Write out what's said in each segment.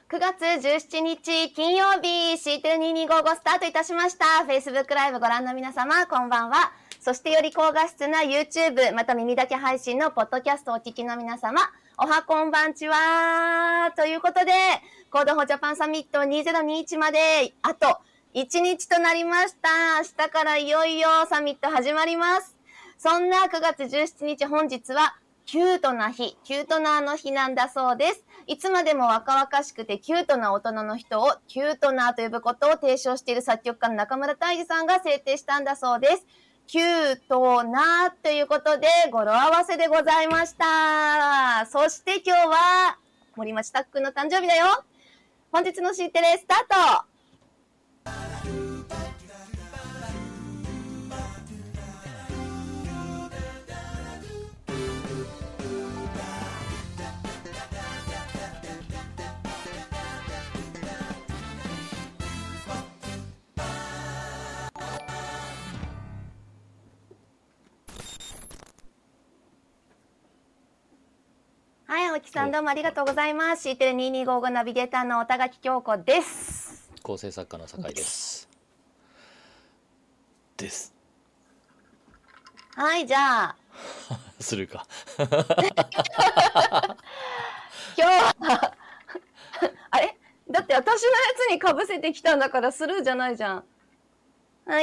9月17日金曜日 C22255 スタートいたしました。Facebook ライブご覧の皆様、こんばんは。そしてより高画質な YouTube、また耳だけ配信のポッドキャストをお聞きの皆様、おはこんばんちは。ということで、コードフォージャパンサミット2021まであと1日となりました。明日からいよいよサミット始まります。そんな9月17日本日はキュートな日、キュートナーの日なんだそうです。いつまでも若々しくてキュートな大人の人をキュートナーと呼ぶことを提唱している作曲家の中村泰治さんが制定したんだそうです。キュートナーということで語呂合わせでございました。そして今日は森町たっくんの誕生日だよ。本日の C テレスタート。はい、青木さんどうもありがとうございます。C テレ2255ナビゲーターの田垣京子です。 構成作家の酒井です。 はい、じゃあするか。 今日はあれだって私のやつに被せてきたんだからスルーじゃないじゃん。はい。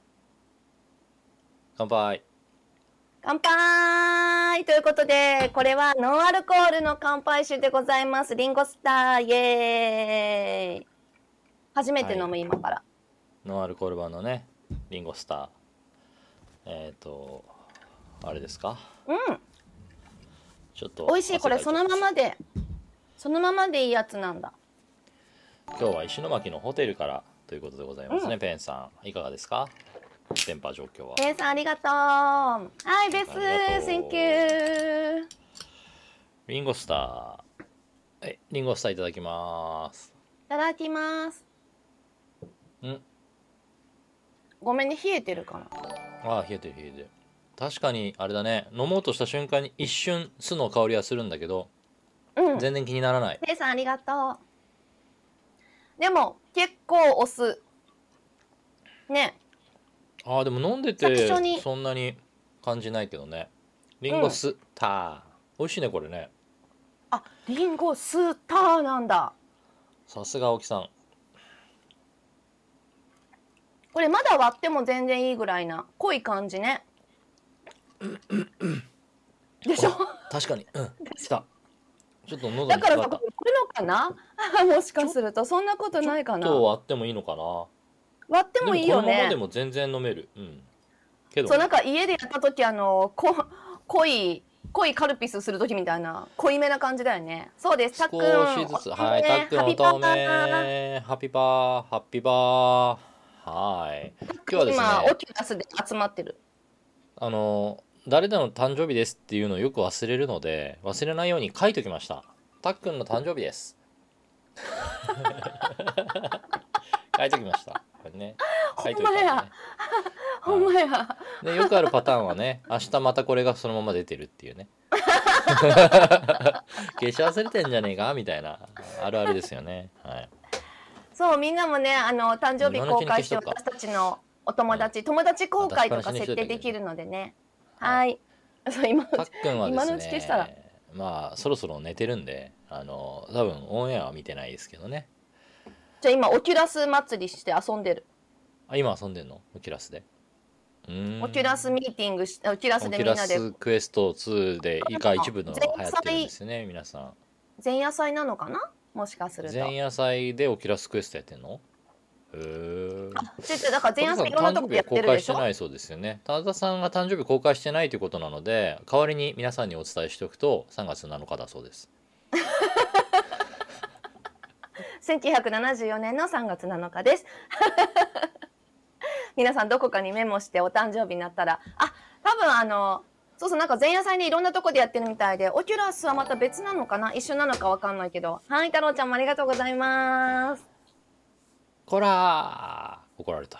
乾杯。 乾杯ということで、これはノンアルコールの乾杯酒でございます。リンゴスター、イエーイ。初めて飲む、はい、今から。 ノンアルコール版のね、リンゴスター。あれですか？ うん。 ちょっと美味しい。これそのままでいいやつなんだ。 今日は石巻のホテルからということでございますね。ペンさんいかがですか？電波状況は。 ペンさんありがとう。はい、ベス、Thank you。 リンゴスター。リンゴスターいただきます。 いただきます。ごめんね、冷えてるかな。 ああ、冷えてる冷えてる。確かにあれだね、飲もうとした瞬間に一瞬酢の香りはするんだけど、全然気にならない。 ペンさんありがとう。でも結構お酢ね。 ああ、でも飲んでてそんなに感じないけどね。リンゴスター、美味しいねこれね。 あ、リンゴスターなんだ。 さすが青木さん。 これまだ割っても全然いいぐらいな濃い感じね。でしょ。 確かに。来た。ちょっと喉にだからさ、これのかな。もしかするとそんなことないかな。 ちょっと割ってもいいのかな。 割ってもいいよね。 このままでも全然飲める。けど、 そう、なんか家でやった時濃いカルピスする時みたいな濃いめな感じだよね。そうです。 少しずつ、はい、たっくんおとめ、ハピバー、ハッピバー。はい。今日はですね、 今オキュラスで集まってる。 誰々の誕生日ですっていうのをよく忘れるので、忘れないように書いておきました。たっくんの誕生日です。書いておきました。これね。書いておいたんでね。 ほんまや。 で、よくあるパターンはね、明日またこれがそのまま出てるっていうね。消し忘れてんじゃねえかみたいな、あるあるですよね。はい。 そう、みんなもね、誕生日公開して私たちのお友達公開とか設定できるのでね。はい。そう、今のうち消したら。 まあそろそろ寝てるんで、多分オンエアは見てないですけどね。 じゃあ今オキュラス祭りして遊んでる。 あ、今遊んでんの？オキュラスで。 オキュラスミーティングして、オキュラスでみんなで。 オキュラスクエスト2で以下一部の流行ってるんですよね、皆さん。 前夜祭なのかな？もしかすると。 前夜祭でオキュラスクエストやってんの？へえ。だから前夜祭いろんなとこでやってるでしょ。 公開してないそうですよね。田田さんが誕生日公開してないということなので、代わりに皆さんにお伝えしておくと3月7日だそうです。 1974年の3月7日です。皆さんどこかにメモしてお誕生日になったら、多分そうそう、なんか前夜祭ね、いろんなとこでやってるみたいで、オキュラスはまた別なのかな、一緒なのかわかんないけど。はい、太郎ちゃんもありがとうございます。 こらー、怒られた。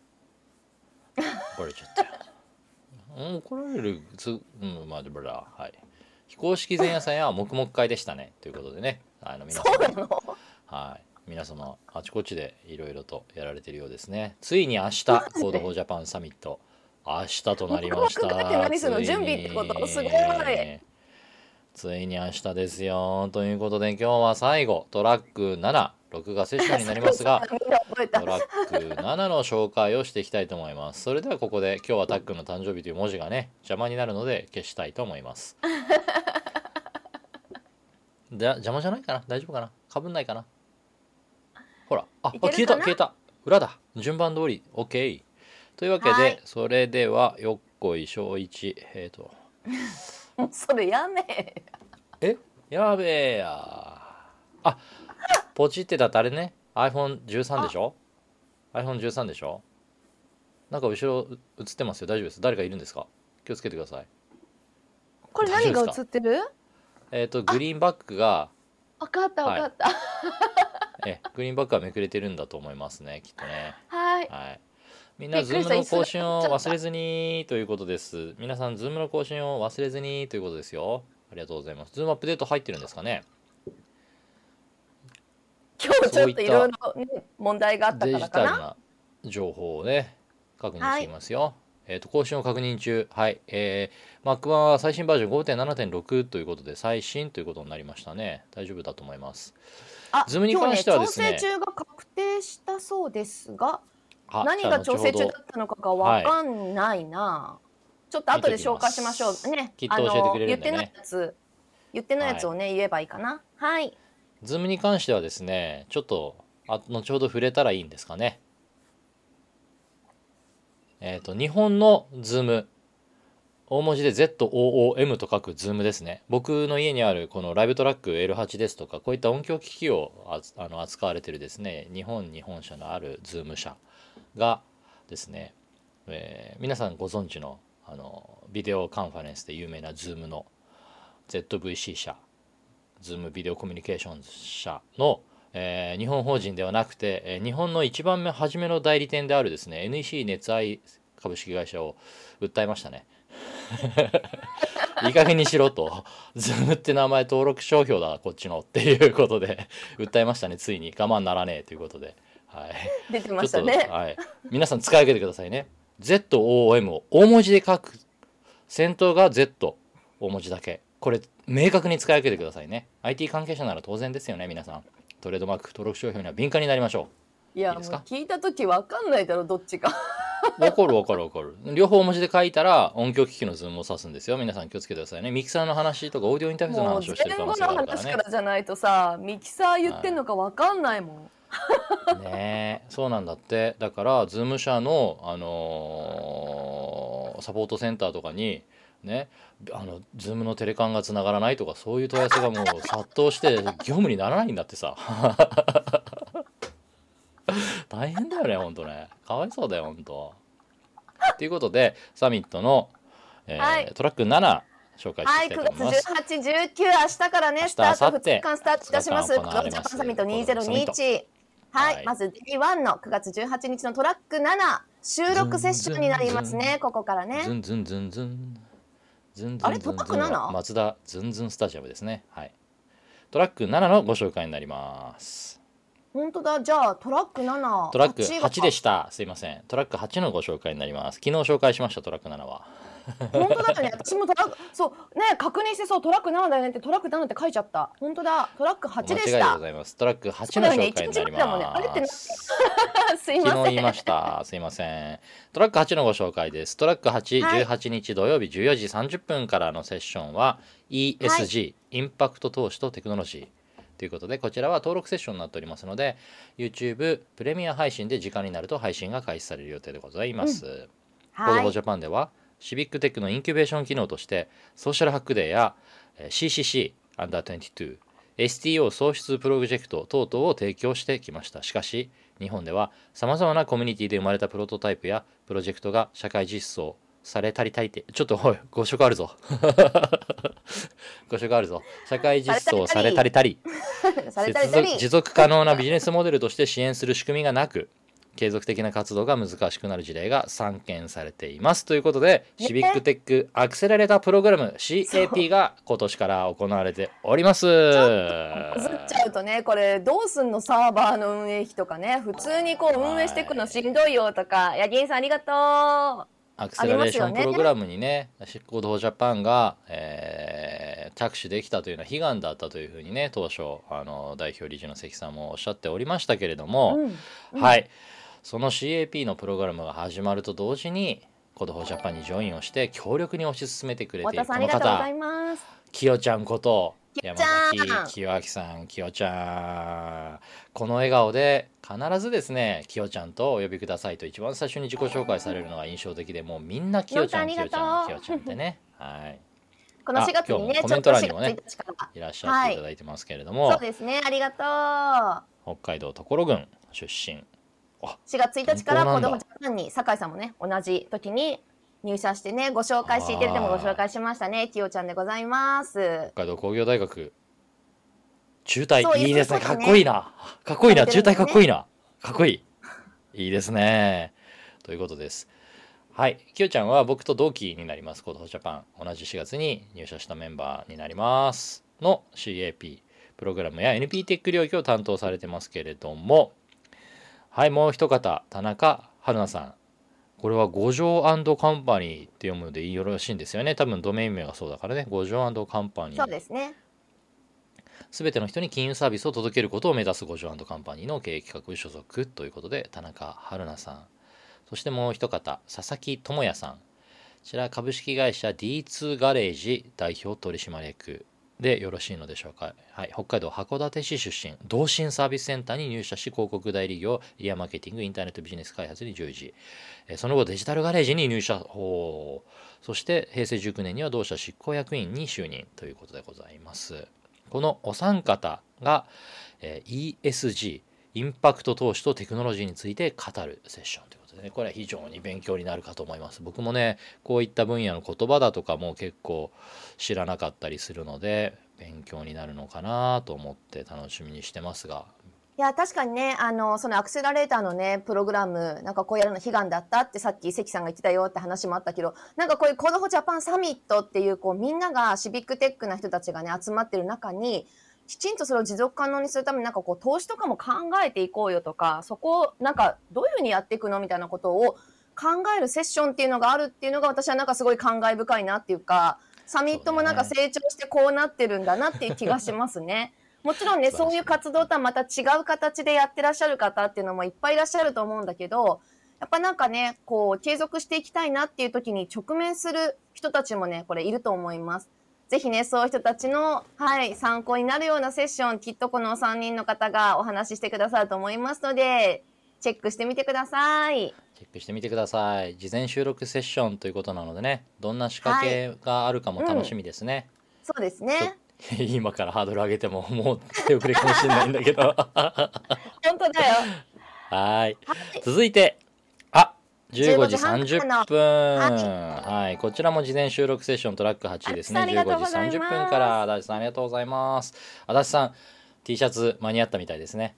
怒られちゃったよ。怒られるまあブラはい。非公式前夜祭は黙々会でしたねということでね、皆さんそうなの？ はい、皆様あちこちでいろいろとやられているようですね。ついに明日コードフォージャパンサミット明日となりました。 何するの準備ってことすごい。 ついに明日ですよ。ということで今日は最後トラック7録画セッションになりますがトラック7の紹介をしていきたいと思います。それではここで今日はたっくんの誕生日という文字がね邪魔になるので消したいと思います。邪魔じゃないかな、大丈夫かな、かぶんないかな。ほら消えた裏だ、順番通り OK というわけで、はい、それではよっこいしょういちそれやめやべえやポチってたってあれね iPhone13 でしょ。 iPhone13 でしょ。なんか後ろ映ってますよ。大丈夫です。誰かいるんですか。気をつけてください。 これ何が映ってる。 グリーンバックが分かった、 はい、グリーンバックはめくれてるんだと思いますね、きっとね。 はい、 みんなズームの更新を忘れずにということです。皆さんズームの更新を忘れずにということですよ。ありがとうございます。ズームアップデート入ってるんですかね。 今日ちょっといろいろ問題があったからかな。 デジタルな情報をね確認していますよ。更新を確認中。はい。Mac 版は最新バージョン 5.7.6 ということで最新ということになりましたね。大丈夫だと思います。ズームに関してはですね、 調整中が確定したそうですが、何が調整中だったのかがわかんないな。ちょっと後で紹介しましょうね。 きっと教えてくれるんでね。 言ってないやつをね、言えばいいかな。はい。 ズームに関してはですね、ちょっと後ほど触れたらいいんですかね。日本のズーム、大文字で ZOOM と書くズームですね。僕の家にあるこのライブトラック L8 ですとか、こういった音響機器を扱われているですね、日本に本社のあるズーム社がですね、皆さんご存知のビデオカンファレンスで有名なズームの ZVC 社、ズームビデオコミュニケーション社の日本法人ではなくて、日本の一番初めの代理店であるですね NEC 熱愛株式会社を訴えましたね。いい加減にしろと、ズームって名前登録商標だこっちのっていうことで訴えましたね。ついに我慢ならねえということで、はい、 出てましたね。 はい、皆さん使い分けてくださいね。 ZOOM を大文字で書く、先頭が Z 大文字だけ、これ明確に使い分けてくださいね。 IT 関係者なら当然ですよね。皆さんトレードマーク登録商標には敏感になりましょう。 いや、もう聞いた時分かんないだろ、どっちか。 分かる。両方大文字で書いたら音響機器のズームを指すんですよ。皆さん気をつけてくださいね。ミキサーの話とかオーディオインターフェースの話をしてる可能性があるからね。 前後の話からじゃないとさ、ミキサー言ってんのか分かんないもん。 ねえ、そうなんだって。だからズーム社のサポートセンターとかにね、ズームのテレカンがつながらないとか、そういう問い合わせがもう殺到して業務にならないんだってさ。大変だよね、ほんとね。かわいそうだよ、ほんと。ということでサミットの、はい、トラック7紹介していきたいと思います。 はい、9月18、19、明日からね、スタート2日間スタートいたします。コードフォージャパンサミット2021。はい、まず Day1 の9月18日のトラック7収録セッションになりますね。ここからね。 ズンズンズンズンズンズンズン。 あれ、トラック 7？ 松田ズンズンスタジアムですね。はい。トラック7のご紹介になります。 本当だ。じゃあトラック7、 トラック8でした。すいません。トラック8のご紹介になります。昨日紹介しました。トラック7は。 本当だよね。私もトラック、そうね、確認して、そうトラック7だよねって、トラック7って書いちゃった。本当だ。トラック8でした。 間違いでございます。トラック8の紹介になります。 すいません。 昨日言いました。すいません。トラック8のご紹介です。トラック8、18日土曜日14時30分からのセッションは ESG、インパクト投資とテクノロジーということで、こちらは登録セッションになっておりますので、 YouTube プレミア配信で時間になると配信が開始される予定でございます。コードフォージャパンではシビックテックのインキュベーション機能としてソーシャルハックデーや CCC U22、STO 創出プロジェクト等々を提供してきました。しかし日本ではさまざまなコミュニティで生まれたプロトタイプやプロジェクトが社会実装されたりたりて、ちょっとおい、誤植あるぞ。誤植あるぞ。社会実装されたりたり持続可能なビジネスモデルとして支援する仕組みがなく、 継続的な活動が難しくなる事例が散見されていますということで、シビックテックアクセラレータープログラム CAP が今年から行われております。 バズっちゃうとね、これどうすんの、サーバーの運営費とかね、普通にこう運営していくのしんどいよとか、ヤギンさんありがとう。 アクセラレーションプログラムにね、コードフォージャパンが、着手できたというのは悲願だったというふうにね、当初代表理事の関さんもおっしゃっておりましたけれども、はい、その CAP のプログラムが始まると同時にコードフォージャパンにジョインをして強力に推し進めてくれているこの方、きよちゃんこと山崎清明さん。きよちゃん、この笑顔で必ずですね、きよちゃんとお呼びくださいと一番最初に自己紹介されるのが印象的で、もうみんなきよちゃんきよちゃんきよちゃんってね、はい、 この4月にね、 コメント欄にもねいらっしゃっていただいてますけれども、 そうですね、ありがとう。北海道常呂郡出身。 4月1日からコードフォージャパンに酒井さんもね、同じ時に入社してね、ご紹介 C テレでもご紹介しましたね、きよちゃんでございます。 北海道工業大学中退、いいですね、かっこいいな、かっこいいな、中退かっこいいな、かっこいい、いいですね、ということです。はい、きよちゃんは僕と同期になります。コードフォージャパン同じ4月に入社したメンバーになりますの CAP プログラムや NP テック領域を担当されてますけれども、はい、もう一方、田中春菜さん。これは五条カンパニーって読むのでよろしいんですよね。多分ドメイン名がそうだからね。五条カンパニー。 そうですね。 すべての人に金融サービスを届けることを目指す五条カンパニーの経営企画部所属ということで、田中春菜さん。そしてもう一方、佐々木智也さん。こちら株式会社 D2 ガレージ代表取締役でよろしいのでしょうか。はい、北海道函館市出身、同心サービスセンターに入社し、広告代理業、エリアマーケティング、インターネットビジネス開発に従事。その後デジタルガレージに入社。そして平成19年には同社執行役員に就任ということでございます。このお三方が、ESG、インパクト投資とテクノロジーについて語るセッションということでね、これは非常に勉強になるかと思います。僕もね、こういった分野の言葉だとかも結構知らなかったりするので、勉強になるのかなと思って楽しみにしてますが。 いや、確かにね、そのアクセラレーターのね、プログラム、なんかこうやるの悲願だったってさっき関さんが言ってたよって話もあったけど、なんかこういうコードフォージャパンサミットっていう、こうみんながシビックテックな人たちがね、集まってる中に、きちんとそれを持続可能にするためになんかこう投資とかも考えていこうよとか、そこをなんかどういうふうにやっていくのみたいなことを考えるセッションっていうのがあるっていうのが、私はなんかすごい感慨深いなっていうか、サミットもなんか成長してこうなってるんだなっていう気がしますね。もちろんね、そういう活動とはまた違う形でやってらっしゃる方っていうのもいっぱいいらっしゃると思うんだけど、やっぱなんかね、こう継続していきたいなっていう時に直面する人たちもね、これいると思います。ぜひね、そういう人たちの、はい、参考になるようなセッション、きっとこの3人の方がお話ししてくださると思いますので、チェックしてみてください。 チェックしてみてください。事前収録セッションということなのでね、どんな仕掛けがあるかも楽しみですね。 そうですね。 今からハードル上げてももう手遅れかもしれないんだけど本当だよ。 はい、続いて15時30分、はい、こちらも事前収録セッショントラック8ですね。15時30分から足立さんありがとうございます。足立さん T シャツ間に合ったみたいですね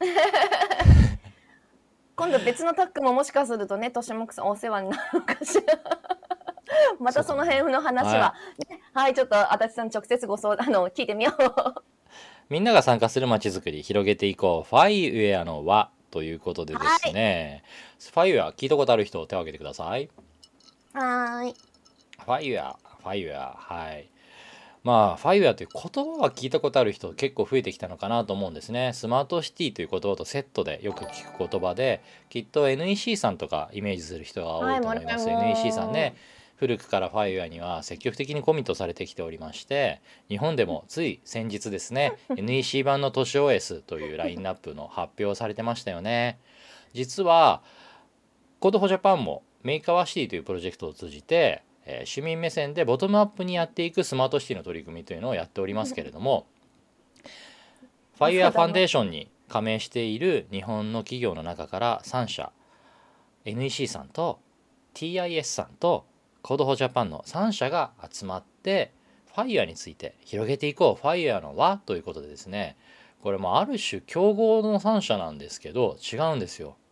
今度別のタッグももしかするとね、としもくさんお世話になるのかしらまたその辺の話は、はい、ちょっと足立さん直接ご相談聞いてみようみんなが参加するまちづくり広げていこう、ファイウェアの輪ということでですね、ファイウェア聞いたことある人手を挙げてください。 はい。 ファイウェア、はい。まあファイウェアという言葉は聞いたことある人結構増えてきたのかなと思うんですね。スマートシティという言葉とセットでよく聞く言葉で、きっと NEC さんとかイメージする人が多いと思います。NEC さんね、古くからファイウェアには積極的にコミットされてきておりまして、日本でもつい先日ですねNEC 版の都市 OS というラインナップの発表されてましたよね。実はコードフォージャパンもメーカーワシティというプロジェクトを通じて、市民目線でボトムアップにやっていくスマートシティの取り組みというのをやっておりますけれどもファイウェアファンデーションに加盟している日本の企業の中から3社 NEC さんと TIS さんとコードフォージャパンの3社が集まってファイウェアについて広げていこう、ファイウェアの輪ということでですね、これもある種競合の3社なんですけど違うんですよ。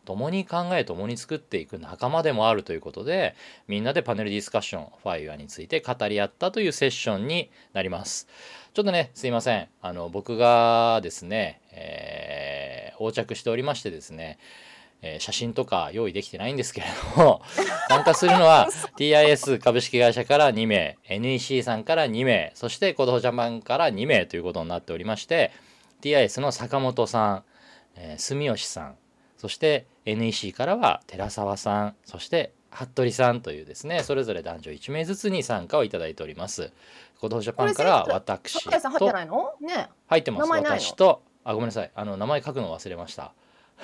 共に考え共に作っていく仲間でもあるということで、みんなでパネルディスカッションファイアについて語り合ったというセッションになります。ちょっとねすいません、僕がですね、横着しておりましてですね、写真とか用意できてないんですけれども参加するのはTIS 株式会社から2名 NEC さんから2名、そしてコドホジャパンから2名ということになっておりまして、 TIS の坂本さん、住吉さん、そして NEC からは寺澤さん、そして服部さんというですね、それぞれ男女1名ずつに参加をいただいております。コドホジャパンからは私と、 酒井さん入ってないのね。 入ってます。 名前ないの？ 私と、ごめんなさい、名前書くの忘れました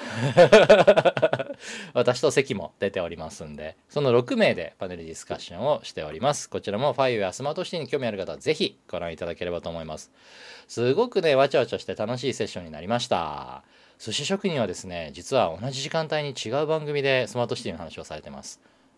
私と関も出ておりますんで、その6名でパネルディスカッションをしております。こちらもファイアやスマートシティに興味ある方はぜひご覧いただければと思います。すごくねわちゃわちゃして楽しいセッションになりました。寿司職人はですね、実は同じ時間帯に違う番組でスマートシティの話をされてます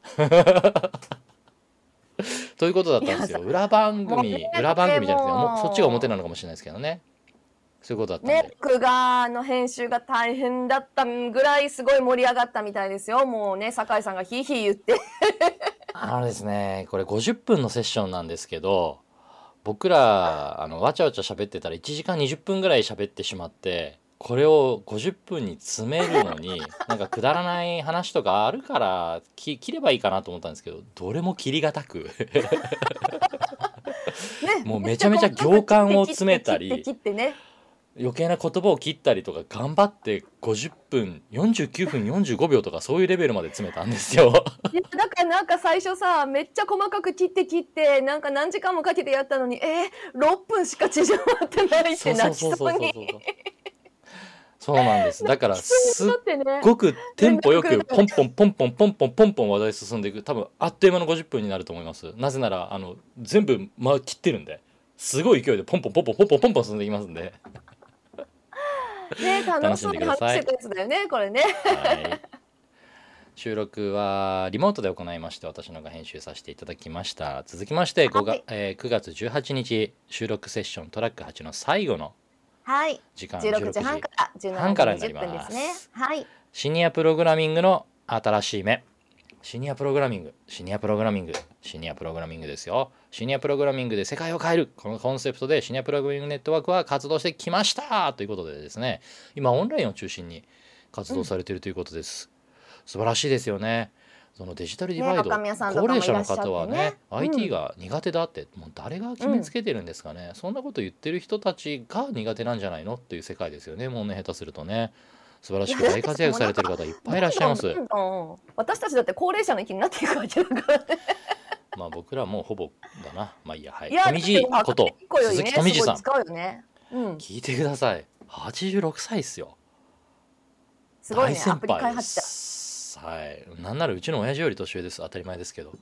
ということだったんですよ。裏番組じゃなくてそっちが表なのかもしれないですけどね、そういうことだったんで、 ね、録画の編集が大変だったぐらいすごい盛り上がったみたいですよ。もうね、酒井さんがヒーヒー言ってですね、これ50分のセッションなんですけど、僕らわちゃわちゃ喋ってたら1時間20分ぐらい喋ってしまって、これを50分に詰めるのになんかくだらない話とかあるから切ればいいかなと思ったんですけど、どれも切りがたくもうめちゃめちゃ行間を詰めたり、 切ってね、 余計な言葉を切ったりとか頑張って50分49分45秒とかそういうレベルまで詰めたんですよいやだからなんか最初さ、めっちゃ細かく切ってなんか何時間もかけてやったのに6分しか縮まってないってなりそうにそうなんです。だからすっごくテンポよくポンポンポンポンポンポンポンポン話題進んでいく、多分あっという間の50分になると思います。なぜなら全部切ってるんで、すごい勢いでポンポンポンポンポンポンポンポン進んでいきますんでね、楽しそうに話してたやつだよね、これね。 はい、収録はリモートで行いまして、私のが編集させていただきました。続きまして、9月18日収録セッショントラック8の最後の時間、 16時半から17時20分ですね。はい、 シニアプログラミングの新しい目。シニアプログラミングですよ。シニアプログラミングで世界を変える、このコンセプトでシニアプログラミングネットワークは活動してきましたということでですね、今オンラインを中心に活動されているということです。素晴らしいですよね。そのデジタルディバイド、高齢者の方はね、IT が苦手だってもう誰が決めつけてるんですかね、そんなこと言ってる人たちが苦手なんじゃないのっていう世界ですよね。もうね、下手するとね、素晴らしく大活躍されてる方いっぱいいらっしゃいます。 私たちだって高齢者の域になっていくわけだからねまあ僕らもうほぼだな。まあいいや、はい。富士こと鈴木富士さん、聞いてください。86歳っすよ。 すごいね、 大先アプリ開輩で発者。 す。はい。なんならうちの親父より年上です。当たり前ですけど。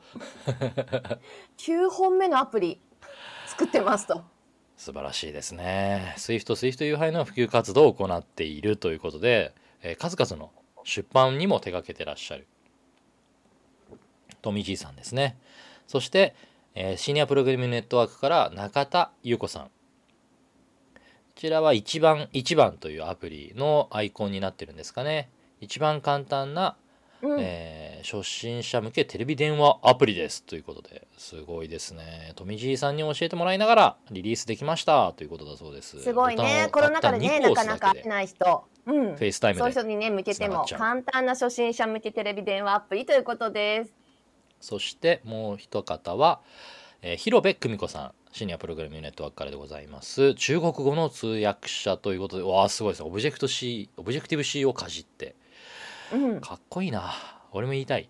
9本目のアプリ作ってますと。 素晴らしいですね。SWIFT 友配の普及活動を行っているということで、数々の出版にも手掛けてらっしゃる富じいさんですね。そして、シニアプログラミングネットワークから中田優子さん。こちらは一番というアプリのアイコンになってるんですかね。一番簡単な、初心者向けテレビ電話アプリですということで、すごいですね。富じいさんに教えてもらいながらリリースできましたということだそうです。 すごいね。コロナ禍でね、なかなか会えない人、 フェイスタイムでそういう人にね向けても簡単な初心者向けテレビ電話アプリということです。 そしてもう一方は、広部久美子さん、シニアプログラミングネットワークからでございます。中国語の通訳者ということで、わあすごいですね。オブジェクティブ C をかじって、かっこいいな。俺も言いたい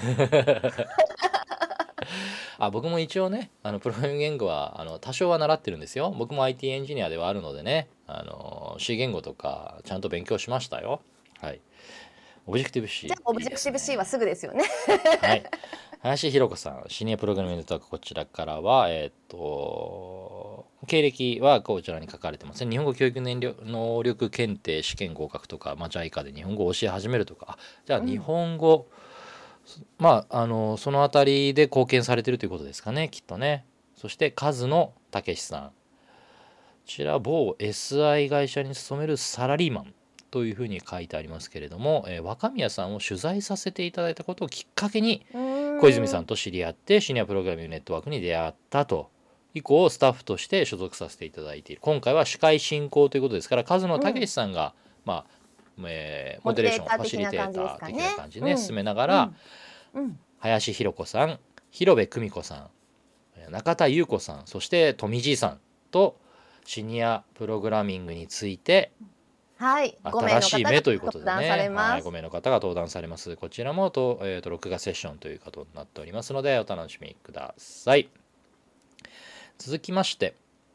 僕も一応ね、プログラミング言語は多少は習ってるんですよ。僕も IT エンジニアではあるのでね、C 言語とかちゃんと勉強しましたよ。はい。オブジェクティブ C、 じゃあオブジェクティブ C はすぐですよねはい。林弘子さん、シニアプログラミングネットワーク、こちらからは経歴はこちらに書かれてますね。日本語教育能力検定試験合格とか、JICA で日本語を教え始めるとか、じゃあ日本語、そのあたりで貢献されてるということですかね、きっとね。そして数野武さん、こちら某 SI 会社に勤めるサラリーマンというふうに書いてありますけれども、若宮さんを取材させていただいたことをきっかけに小泉さんと知り合ってシニアプログラミングネットワークに出会ったと。以降スタッフとして所属させていただいている。今回は司会進行ということですから、数野武さんが、モデレーションファシリテーター的な感じでね、進めながら、林弘子さん、広部久美子さん、中田優子さん、そして富じいさんとシニアプログラミングについて、新しい目ということでね、5名の方が登壇されます。こちらも録画セッションということになっておりますのでお楽しみください。続きまして、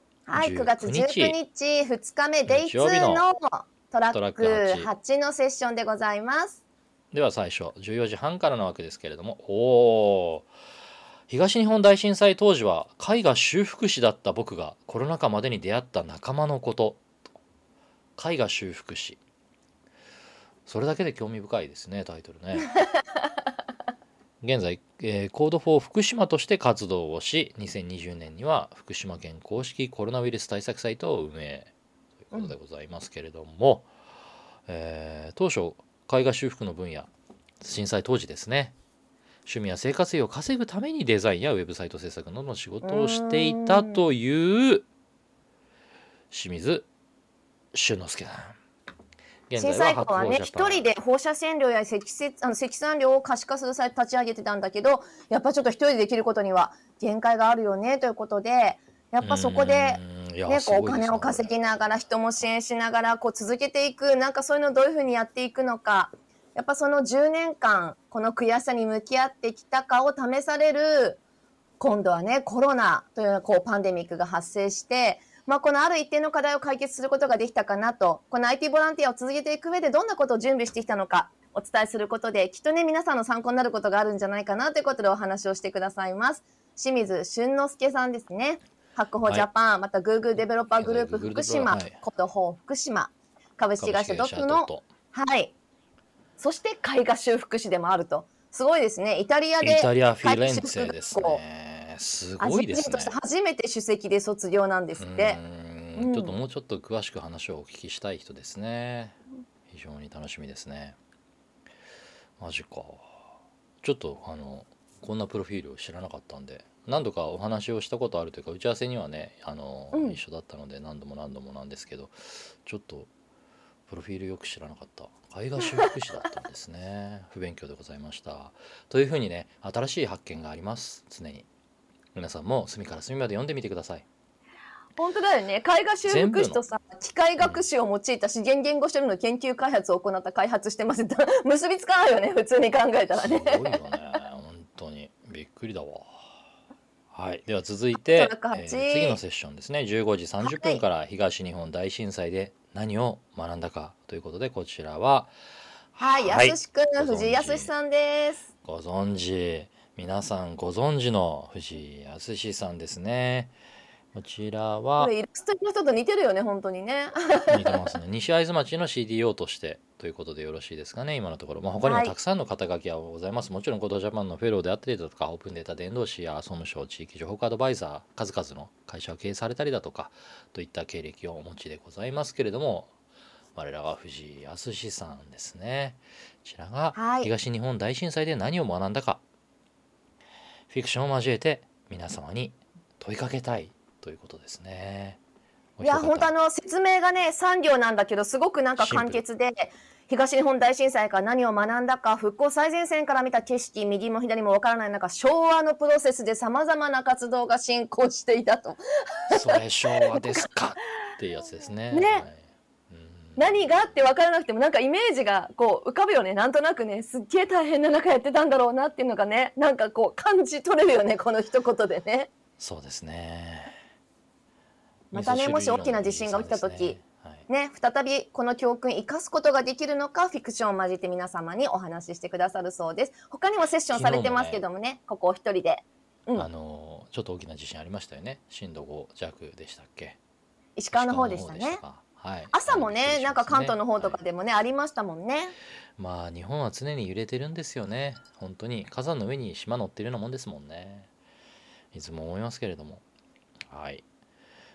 9月19日2日目デイ2のトラック8のセッションでございます。 では最初14時半からの枠ですけれども、東日本大震災当時は絵画修復師だった僕がコロナ禍までに出会った仲間のこと。絵画修復師、それだけで興味深いですね、タイトルね。現在、コード4福島として活動をし、2020年には福島県公式コロナウイルス対策サイトを運営ということでございますけれども、当初絵画修復の分野、震災当時ですね、趣味や生活費を稼ぐためにデザインやウェブサイト制作などの仕事をしていたという清水俊之介さん。 震災後はね、一人で放射線量や積算量を可視化するサイト立ち上げてたんだけど、やっぱちょっと一人でできることには限界があるよねということで、やっぱそこで、ね、お金を稼ぎながら人も支援しながら続けていく、なんかそういうのをどういうふうにやっていくのか、やっぱその10年間この悔しさに向き合ってきたかを試される、今度はねコロナというパンデミックが発生して、このある一定の課題を解決することができたかなと、この IT ボランティアを続けていく上でどんなことを準備してきたのかお伝えすることで、きっとね皆さんの参考になることがあるんじゃないかなということでお話をしてくださいます。清水俊之介さんですね。ハックフォージャパン、また Google デベロッパーグループ福島、コード4福島、株式会社ドットの、そして絵画修復師でもあると。すごいですね。イタリアフィレンツェですね。すごいですね。 初めて首席で卒業なんですって。 ちょっともうちょっと詳しく話をお聞きしたい人ですね。非常に楽しみですね。マジか。ちょっとこんなプロフィールを知らなかったんで、何度かお話をしたことあるというか、打ち合わせにはね一緒だったので何度もなんですけど、ちょっとプロフィールよく知らなかった。絵画修復師だったんですね。不勉強でございました。というふうにね、新しい発見があります。常に皆さんも隅から隅まで読んでみてください。 本当だよね。絵画修復師とさ、機械学習を用いた資源言語処理の研究開発を行った開発してますって結びつかないよね、普通に考えたらね。 すごいよね、本当にびっくりだわ。はい、では続いて、次のセッションですね。15時30分から東日本大震災で何を学んだかということで、こちらはやすしくん、藤井やすしさんです。 ご存知、皆さんご存知の藤井やすしさんですね。こちらはイラストの人と似てるよね、本当にね。 似てますね。西会津町の CDO としてということでよろしいですかね、今のところ。他にもたくさんの肩書きはございます。もちろんコードジャパンのフェローであったりだとか、オープンデータ伝道師や総務省地域情報アドバイザー、数々の会社を経営されたりだとかといった経歴をお持ちでございますけれども、我らが藤井康さんですね。こちらが東日本大震災で何を学んだか、フィクションを交えて皆様に問いかけたいということですね。 いや本当説明がね3行なんだけど、すごくなんか簡潔で、東日本大震災から何を学んだか、復興最前線から見た景色、右も左もわからない中、昭和のプロセスでさまざまな活動が進行していたと。 それ昭和ですかっていうやつですね。 何がって分からなくてもなんかイメージが浮かぶよね。なんとなくね、すっげえ大変な中やってたんだろうなっていうのがね、なんか感じ取れるよね、この一言でね。 そうですね。 またね、もし大きな地震が起きた時ね、再びこの教訓生かすことができるのか、フィクションを交えて皆様にお話ししてくださるそうです。他にもセッションされてますけどもね、ここお一人で、 ちょっと大きな地震ありましたよね。震度5弱でしたっけ。 石川の方でしたね。朝もね、なんか関東の方とかでもね、ありましたもんね。 日本は常に揺れてるんですよね。本当に火山の上に島乗ってるようなもんですもんね。いつも思いますけれども。はい。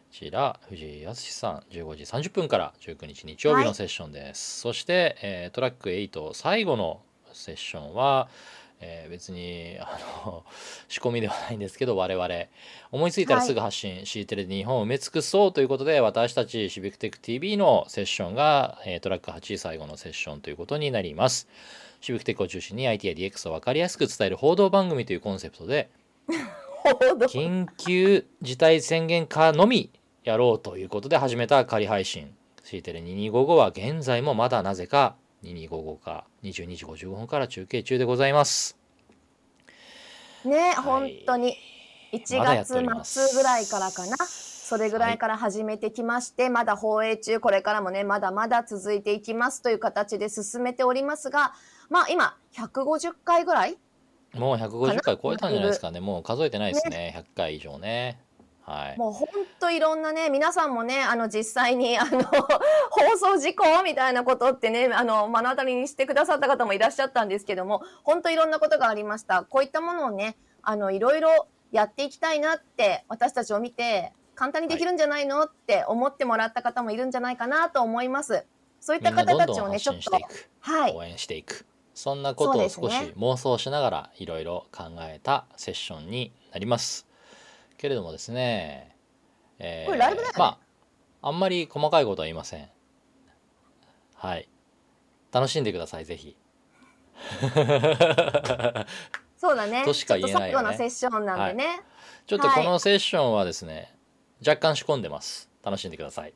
ちら藤井康さん15時30分から19日日曜日のセッションです、そして、トラック8最後のセッションは、別に仕込みではないんですけど、我々思いついたらすぐ発信、C テレで日本を埋め尽くそうということで、私たちシビックテック TV のセッションが、トラック8最後のセッションということになります。シビックテックを中心に IT や DX を分かりやすく伝える報道番組というコンセプトで緊急事態宣言下のみやろうということで始めた仮配信 C テレ2255は現在もまだなぜか2255か22時55分から中継中でございますね、 はい本当に1 まだやっており月ます末ぐらいからかな、それぐらいから始めてきまして、まだ放映中、これからもねまだまだ続いていきますという形で進めておりますが、まあ今150回ぐらいもう150回超えたんじゃないですかね。もう数えてないですね。100回以上ね。はい。 もう本当いろんなね、皆さんもね実際に放送事故みたいなことってね目の当たりにしてくださった方もいらっしゃったんですけども、本当いろんなことがありました。こういったものをねいろいろやっていきたいなって、私たちを見て簡単にできるんじゃないのって思ってもらった方もいるんじゃないかなと思います。そういった方たちをねちょっと応援していく。そんなことを少し妄想しながらいろいろ考えたセッションになりますけれどもですね、 これライブだよね。 まああんまり細かいことは言いません。はい、楽しんでくださいぜひそうだね、 としか言えないよね。 ちょっと最後のセッションなんでね、 はい、ちょっとこのセッションはですね、若干仕込んでます。楽しんでください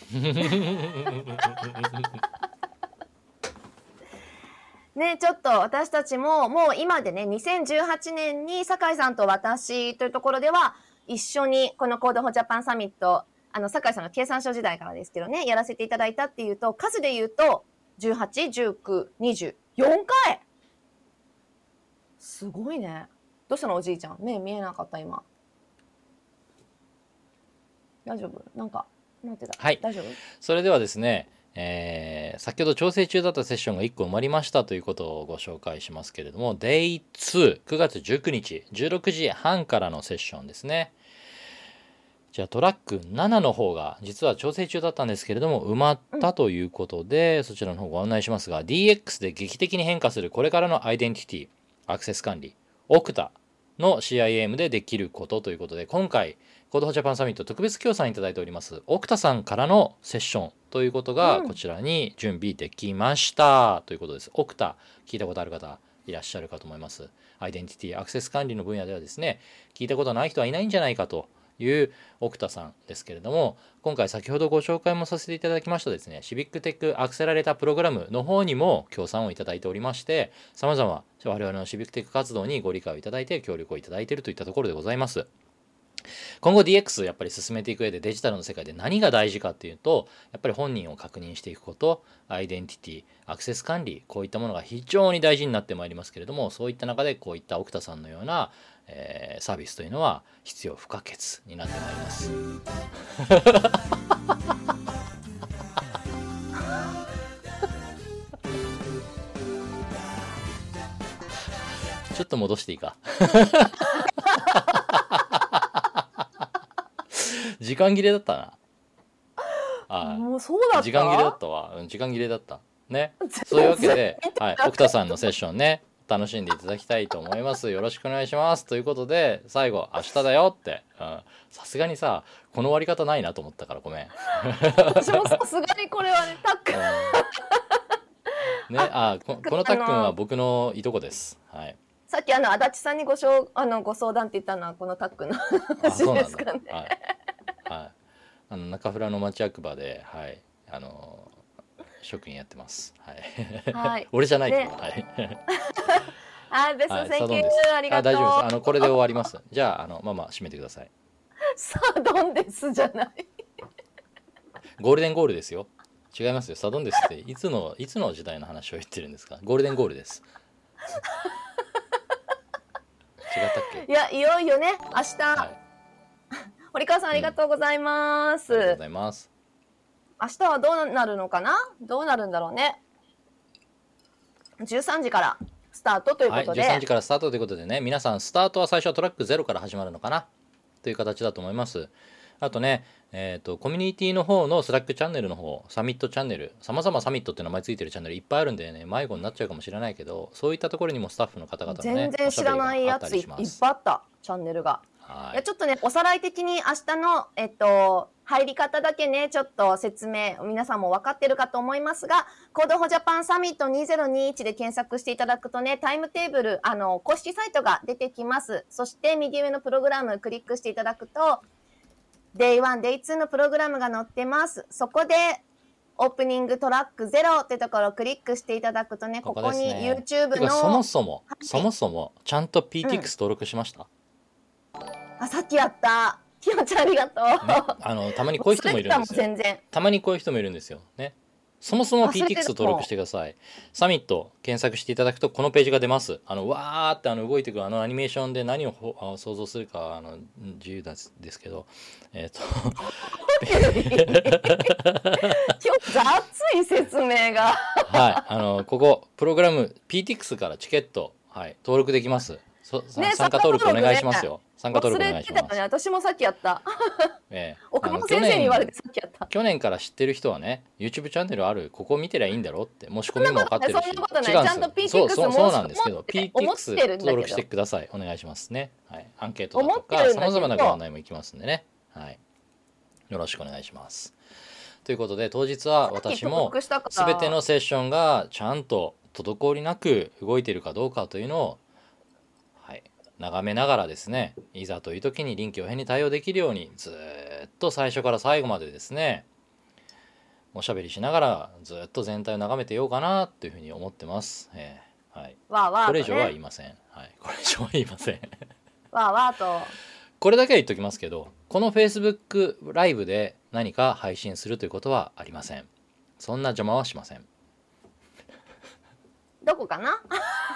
ね、ちょっと私たちももう今でね2018年に酒井さんと私というところでは一緒にこのコードフォージャパンサミット酒井さんの経産省時代からですけどねやらせていただいたっていうと、数で言うと181924回、すごいね。どうしたのおじいちゃん、目見えなかった今。大丈夫？なんかなんてだ、 はい、 大丈夫？ それではですね、先ほど調整中だったセッションが1個埋まりましたということをご紹介しますけれども、 Day2 9月19日16時半からのセッションですね。じゃあトラック7の方が実は調整中だったんですけれども埋まったということで、そちらの方ご案内しますが、 DX で劇的に変化するこれからのアイデンティティアクセス管理オクタの CIM でできることということで、今回コードフォージャパンサミット特別協賛いただいておりますオクタさんからのセッションということがこちらに準備できましたということです。オクタ聞いたことある方いらっしゃるかと思います。アイデンティティアクセス管理の分野ではですね、聞いたことない人はいないんじゃないかというオクタさんですけれども、今回先ほどご紹介もさせていただきましたですね、シビックテックアクセラレータープログラムの方にも協賛をいただいておりまして、様々我々のシビックテック活動にご理解をいただいて協力をいただいているといったところでございます。今後 DX やっぱり進めていく上でデジタルの世界で何が大事かっていうと、やっぱり本人を確認していくこと、アイデンティティ、アクセス管理、こういったものが非常に大事になってまいりますけれども、そういった中でこういった奥田さんのような、サービスというのは必要不可欠になってまいります。ちょっと戻していいか時間切れだったな。 もうそうだった。 時間切れだったわ。時間切れだったね。そういうわけで、はい、奥田さんのセッションね楽しんでいただきたいと思います。よろしくお願いしますということで、最後明日だよって、さすがにさこの終わり方ないなと思ったからごめん。 私もさすがにこれはねタック、 ね、このタックンは僕のいとこです。はい。 さっき足立さんにご相談って言ったのはこのタックの話ですかね。 はい、中村の町役場で、はい、職員やってます。はい。はい、俺じゃないけど、ね、はい。 はい、ベストセンキュー、ありがとう。 大丈夫です。これで終わります。じゃあママ締めてください。 サドンデスじゃない。 ゴールデンゴールですよ。違いますよ。サドンデスっていつの時代の話を言ってるんですか。ゴールデンゴールです。違ったっけ。 いや、いよいよね明日、はい、堀川さんありがとうございます、 ありがとうございます。 明日はどうなるのかな、どうなるんだろうね。13時からスタートということで、 はい、13時からスタートということでね、皆さんスタートは最初はトラック0から始まるのかなという形だと思います。 あとね、コミュニティの方のスラックチャンネルの方、サミットチャンネル、さまざまサミットって名前ついてるチャンネルいっぱいあるんでね、迷子になっちゃうかもしれないけど、そういったところにもスタッフの方々のね、 全然知らないやついっぱいあったチャンネルが。いやちょっとねおさらい的に明日の入り方だけねちょっと説明皆さんも分かってるかと思いますが、コードフォージャパンサミット2021で検索していただくとねタイムテーブル公式サイトが出てきます。そして右上のプログラムクリックしていただくと Day1、Day2 のプログラムが載ってます。そこでオープニングトラック0ってところをクリックしていただくとね、ここに YouTube のそもそもちゃんと PTX 登録しました、 さっきやった。きよちゃんありがとう、 ね、たまにこういう人もいるんですよ。たまにこういう人もいるんですよね。そもそも PTX 登録してください。サミット検索していただくとこのページが出ます。わーって動いていくアニメーションで何を想像するか自由ですけど今日雑い説明がはいここプログラム PTX からチケット、はい、登録できます。参加登録お願いしますよ。参加登録お願いします。 私もさっきやった。奥本先生に言われてさっきやった。 去年から知ってる人はね YouTube チャンネルあるここ見てりゃいいんだろって申し込みも分かってるし、 そんなことない。ちゃんと PTX そうなんですけど PTX 登録してください。お願いしますね。はい、アンケートだとかさまざまなご案内もいきますんでね、はい、よろしくお願いします。ということで当日は私も全てのセッションがちゃんと滞りなく動いているかどうかというのを眺めながらですね、いざという時に臨機応変に対応できるようにずっと最初から最後までですねおしゃべりしながらずっと全体を眺めてようかなというふうに思ってます。はい、これ以上は言いません。はい、これ以上は言いません。 わわとこれだけは言っときますけど、この Facebook ライブで何か配信するということはありません。そんな邪魔はしません。 どこかな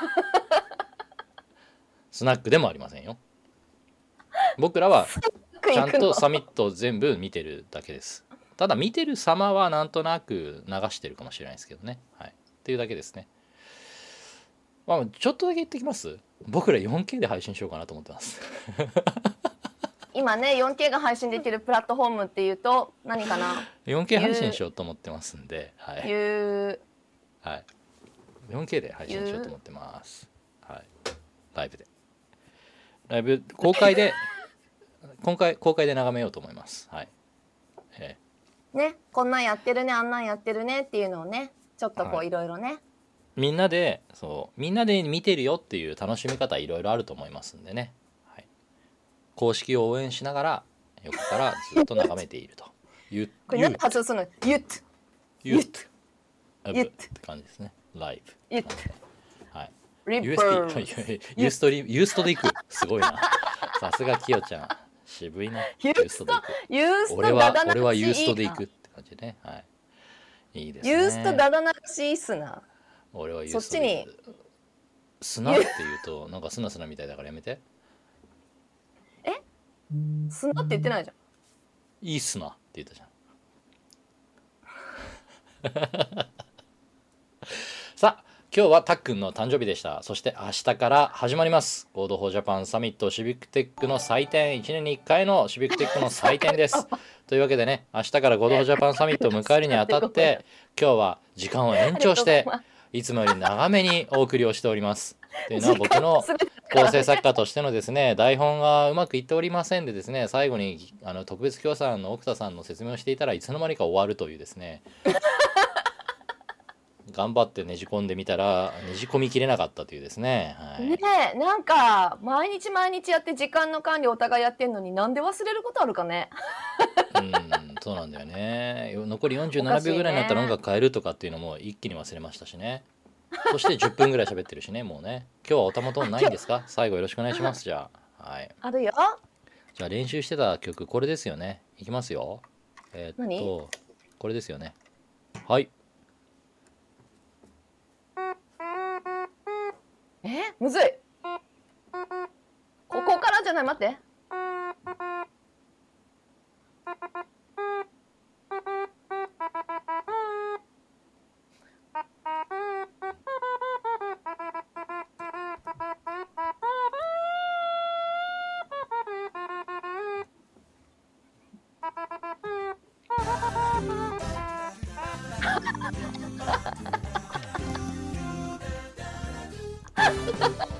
スナックでもありませんよ。僕らはちゃんとサミット全部見てるだけです。ただ見てる様はなんとなく流してるかもしれないですけどね。はい。っていうだけですね。まあちょっとだけ言ってきます。僕ら 4K で配信しようかなと思ってます。 今ね 4K が配信できるプラットフォームっていうと何かな。 4K 配信しようと思ってますんで、はい。はい。4K で配信しようと思ってます。はい。ライブで。ライブ公開で公開で眺めようと思います。はい。 ね、こんなんやってるね、あんなんやってるねっていうのをね、ちょっとこういろいろね。 みんなで見てるよっていう楽しみ方いろいろあると思いますんでね。はい、公式を応援しながら横からずっと眺めていると。 これ何発音するの？ユッって感じですね。ライブ。 ユッ。 はい。 ユーストで行く。すごいな。さすがきよちゃん。渋いね。 ユーストで行く。 俺はユーストで行くって感じでね。はい。いいですね。 ユーストだだなしいいっすな。 俺はユーストで行く。砂って言うとなんか砂みたいだからやめて。 砂って言ってないじゃん。 いい砂って言ったじゃん。さあ今日はたっくんの誕生日でした。そして明日から始まります。コードフォージャパンサミットシビックテックの祭典、1年に1回のシビックテックの祭典です。というわけでね、明日からコードフォージャパンサミットを迎えるにあたって、今日は時間を延長して、いつもより長めにお送りをしております。というのは僕の構成作家としてのですね、台本がうまくいっておりませんでですね、最後に特別協賛の奥田さんの説明をしていたらいつの間にか終わるというですね。頑張ってねじ込んでみたらねじ込みきれなかったというですね。はい、 ねえ、なんか毎日やって時間の管理お互いやってんのになんで忘れることあるかね。 そうなんだよね。残り47秒ぐらいになったら音楽変えるとかっていうのも一気に忘れましたしね。そして10分ぐらい喋ってるしね、もうね。今日はおたまトーンないんですか？最後よろしくお願いします。じゃあ、はい。 あるよ。 じゃあ練習してた曲これですよね。いきますよ。 何？ これですよね。はい。 むずい。ここからじゃない、待って。 は